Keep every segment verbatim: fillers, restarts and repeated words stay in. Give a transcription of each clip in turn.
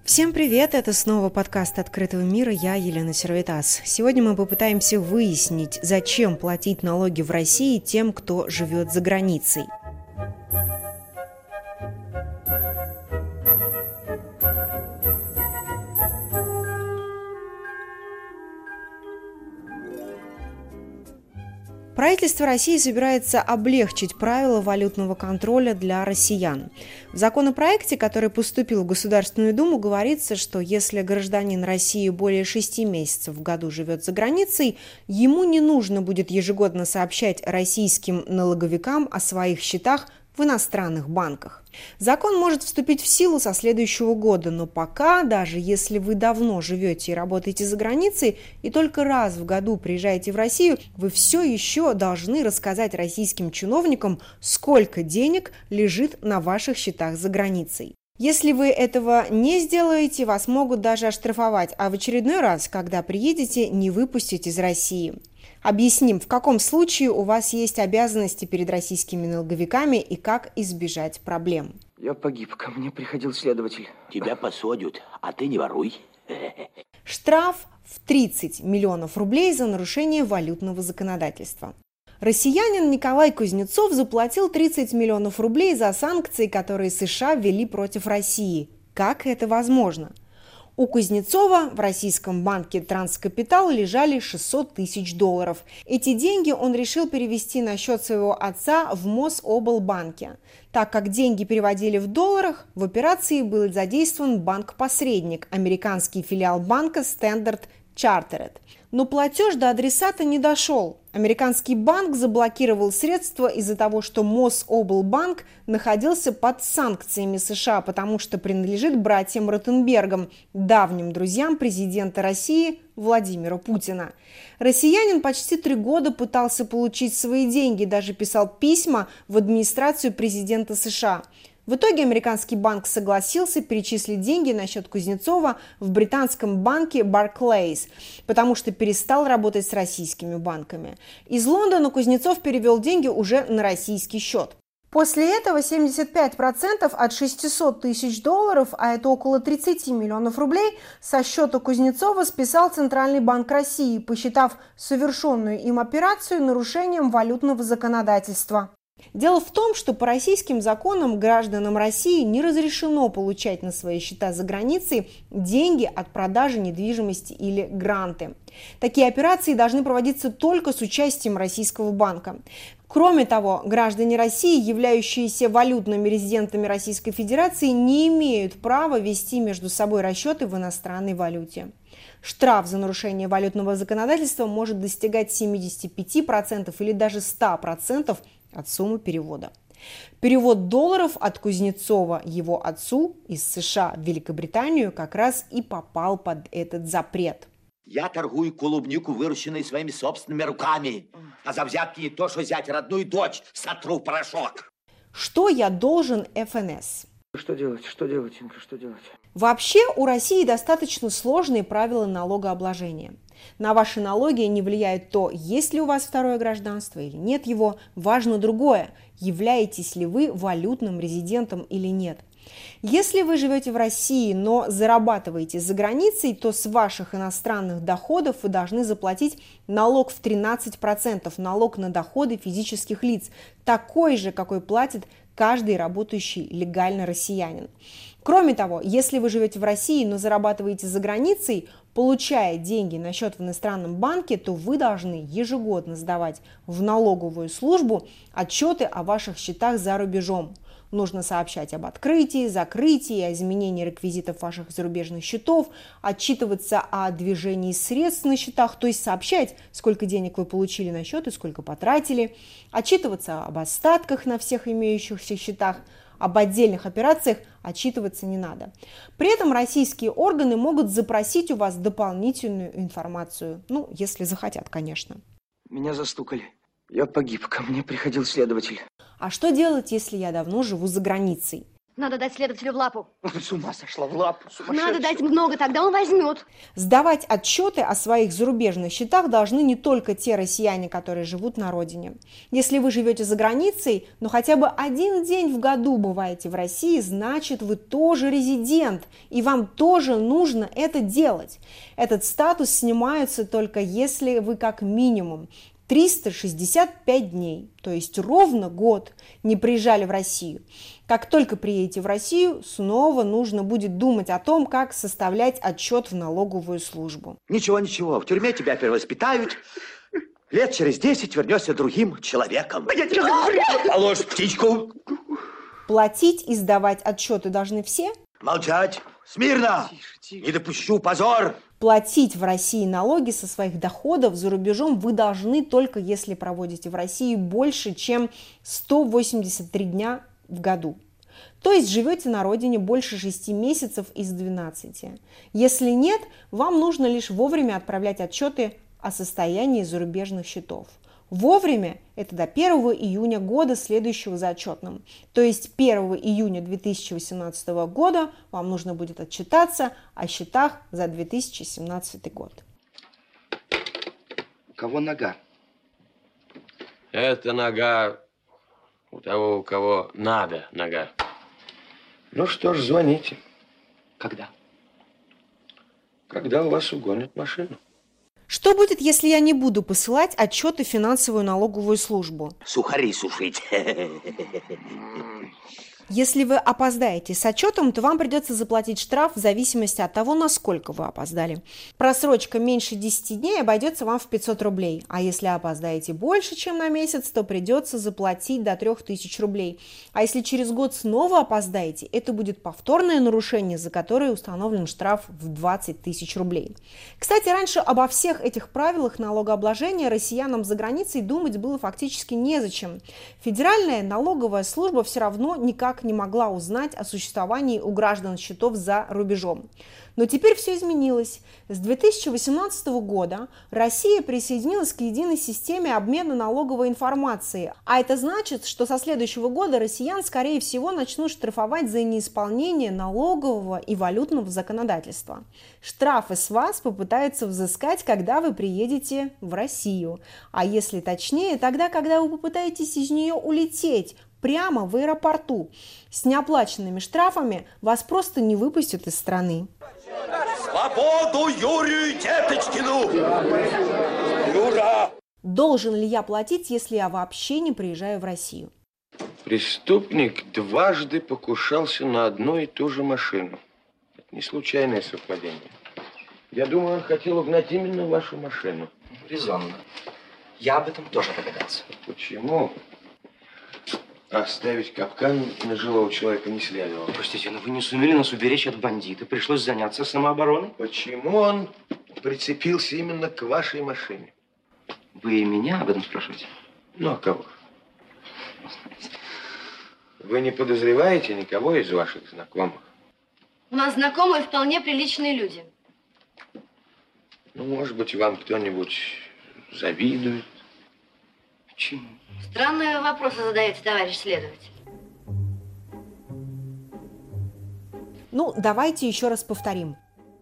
Всем привет! Это снова подкаст «Открытого мира». Я Елена Сервитас. Сегодня мы попытаемся выяснить, зачем платить налоги в России тем, кто живет за границей. Правительство России собирается облегчить правила валютного контроля для россиян. В законопроекте, который поступил в Государственную Думу, говорится, что если гражданин России более шести месяцев в году живет за границей, ему не нужно будет ежегодно сообщать российским налоговикам о своих счетах в иностранных банках. Закон может вступить в силу со следующего года, но пока, даже если вы давно живете и работаете за границей и только раз в году приезжаете в Россию, вы все еще должны рассказать российским чиновникам, сколько денег лежит на ваших счетах за границей. Если вы этого не сделаете, вас могут даже оштрафовать, а в очередной раз, когда приедете, не выпустить из России. Объясним, в каком случае у вас есть обязанности перед российскими налоговиками и как избежать проблем. Я погиб, ко мне приходил следователь. Тебя посадят, а ты не воруй. Штраф в тридцать миллионов рублей за нарушение валютного законодательства. Россиянин Николай Кузнецов заплатил тридцать миллионов рублей за санкции, которые США ввели против России. Как это возможно? У Кузнецова в российском банке «Транскапитал» лежали шестьсот тысяч долларов. Эти деньги он решил перевести на счет своего отца в Мособлбанке. Так как деньги переводили в долларах, в операции был задействован банк-посредник, американский филиал банка Standard Chartered. Но платеж до адресата не дошел. Американский банк заблокировал средства из-за того, что Мособлбанк находился под санкциями США, потому что принадлежит братьям Ротенбергам, давним друзьям президента России Владимира Путина. Россиянин почти три года пытался получить свои деньги, даже писал письма в администрацию президента США. В итоге американский банк согласился перечислить деньги на счет Кузнецова в британском банке Barclays, потому что перестал работать с российскими банками. Из Лондона Кузнецов перевел деньги уже на российский счет. После этого семьдесят пять процентов от шестисот тысяч долларов, а это около тридцать миллионов рублей, со счета Кузнецова списал Центральный банк России, посчитав совершенную им операцию нарушением валютного законодательства. Дело в том, что по российским законам гражданам России не разрешено получать на свои счета за границей деньги от продажи недвижимости или гранты. Такие операции должны проводиться только с участием российского банка. Кроме того, граждане России, являющиеся валютными резидентами Российской Федерации, не имеют права вести между собой расчеты в иностранной валюте. Штраф за нарушение валютного законодательства может достигать семидесяти пяти процентов или даже ста процентов от суммы перевода. Перевод долларов от Кузнецова его отцу из США в Великобританию как раз и попал под этот запрет. Я торгую клубнику, выращенной своими собственными руками. А за взятки не то, что взять родную дочь, сотру в порошок. Что я должен эф эн эс? Что делать? Что делать, Инка, что делать? Вообще у России достаточно сложные правила налогообложения. На ваши налоги не влияет то, есть ли у вас второе гражданство или нет его. Важно другое, являетесь ли вы валютным резидентом или нет. Если вы живете в России, но зарабатываете за границей, то с ваших иностранных доходов вы должны заплатить налог в тринадцать процентов, налог на доходы физических лиц, такой же, какой платит каждый работающий легально россиянин. Кроме того, если вы живете в России, но зарабатываете за границей, получая деньги на счет в иностранном банке, то вы должны ежегодно сдавать в налоговую службу отчеты о ваших счетах за рубежом. Нужно сообщать об открытии, закрытии, о изменении реквизитов ваших зарубежных счетов, отчитываться о движении средств на счетах, то есть сообщать, сколько денег вы получили на счет и сколько потратили, отчитываться об остатках на всех имеющихся счетах, об отдельных операциях отчитываться не надо. При этом российские органы могут запросить у вас дополнительную информацию, ну, если захотят, конечно. Меня застукали. Я погиб, ко мне приходил следователь. А что делать, если я давно живу за границей? Надо дать следователю в лапу. С ума сошла, в лапу, сумасшедшая. Надо дать много, тогда он возьмет. Сдавать отчеты о своих зарубежных счетах должны не только те россияне, которые живут на родине. Если вы живете за границей, но хотя бы один день в году бываете в России, значит, вы тоже резидент, и вам тоже нужно это делать. Этот статус снимается только если вы как минимум триста шестьдесят пять дней, то есть ровно год, не приезжали в Россию. Как только приедете в Россию, снова нужно будет думать о том, как составлять отчет в налоговую службу. Ничего, ничего, в тюрьме тебя перевоспитают. Лет через десять вернешься другим человеком. Я тебе говорю. Положь птичку. Платить и сдавать отчеты должны все? Молчать. Смирно. Тише, тише. Не допущу позор. Платить в России налоги со своих доходов за рубежом вы должны только если проводите в России больше, чем сто восемьдесят три дня в году. То есть живете на родине больше шести месяцев из двенадцати. Если нет, вам нужно лишь вовремя отправлять отчеты о состоянии зарубежных счетов. Вовремя – это до первого июня года, следующего за отчетным. То есть первого июня две тысячи восемнадцатого года вам нужно будет отчитаться о счетах за две тысячи семнадцатый год. У кого нога? Это нога у того, у кого надо нога. Ну что ж, звоните. Когда? Когда у вас угонят машину. Что будет, если я не буду посылать отчеты в финансовую налоговую службу? Сухари сушить. Если вы опоздаете с отчетом, то вам придется заплатить штраф в зависимости от того, насколько вы опоздали. Просрочка меньше десяти дней обойдется вам в пятьсот рублей, а если опоздаете больше, чем на месяц, то придется заплатить до трёх тысяч рублей. А если через год снова опоздаете, это будет повторное нарушение, за которое установлен штраф в двадцать тысяч рублей. Кстати, раньше обо всех этих правилах налогообложения россиянам за границей думать было фактически незачем. Федеральная налоговая служба все равно никак не могла узнать о существовании у граждан счетов за рубежом. Но теперь все изменилось. С две тысячи восемнадцатого года Россия присоединилась к единой системе обмена налоговой информацией. А это значит, что со следующего года россиян, скорее всего, начнут штрафовать за неисполнение налогового и валютного законодательства. Штрафы с вас попытаются взыскать, когда вы приедете в Россию. А если точнее, тогда, когда вы попытаетесь из нее улететь прямо в аэропорту. С неоплаченными штрафами вас просто не выпустят из страны. Свободу Юрию Деточкину! Юра! Должен ли я платить, если я вообще не приезжаю в Россию? Преступник дважды покушался на одну и ту же машину. Это не случайное совпадение. Я думаю, он хотел угнать именно вашу машину. Резонно. Я об этом тоже догадался. Почему? Оставить капкан на живого человека не следовало. Простите, но вы не сумели нас уберечь от бандита. Пришлось заняться самообороной. Почему он прицепился именно к вашей машине? Вы и меня об этом спрашиваете? Ну, а кого? Вы не подозреваете никого из ваших знакомых? У нас знакомые вполне приличные люди. Ну, может быть, вам кто-нибудь завидует? Почему? Странные вопросы задаете, товарищ следователь. Ну, давайте еще раз повторим.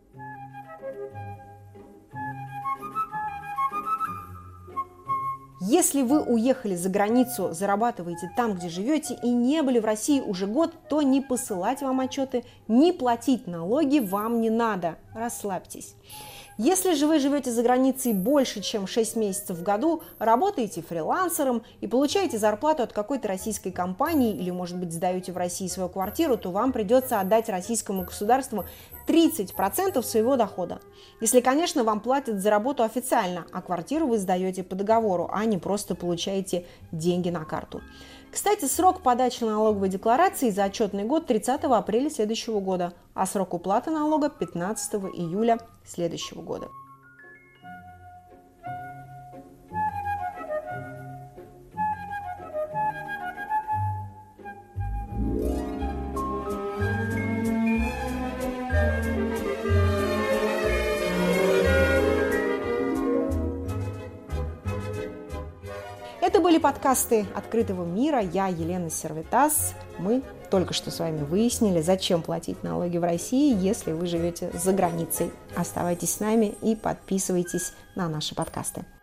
Если вы уехали за границу, зарабатываете там, где живете, и не были в России уже год, то ни посылать вам отчеты, ни платить налоги вам не надо. Расслабьтесь. Если же вы живете за границей больше, чем шесть месяцев в году, работаете фрилансером и получаете зарплату от какой-то российской компании или, может быть, сдаете в России свою квартиру, то вам придется отдать российскому государству тридцать процентов своего дохода. Если, конечно, вам платят за работу официально, а квартиру вы сдаете по договору, а не просто получаете деньги на карту. Кстати, срок подачи налоговой декларации за отчетный год тридцатого апреля следующего года, а срок уплаты налога пятнадцатого июля следующего года. Это были были подкасты «Открытого мира». Я Елена Сервитас. Мы только что с вами выяснили, зачем платить налоги в России, если вы живете за границей. Оставайтесь с нами и подписывайтесь на наши подкасты.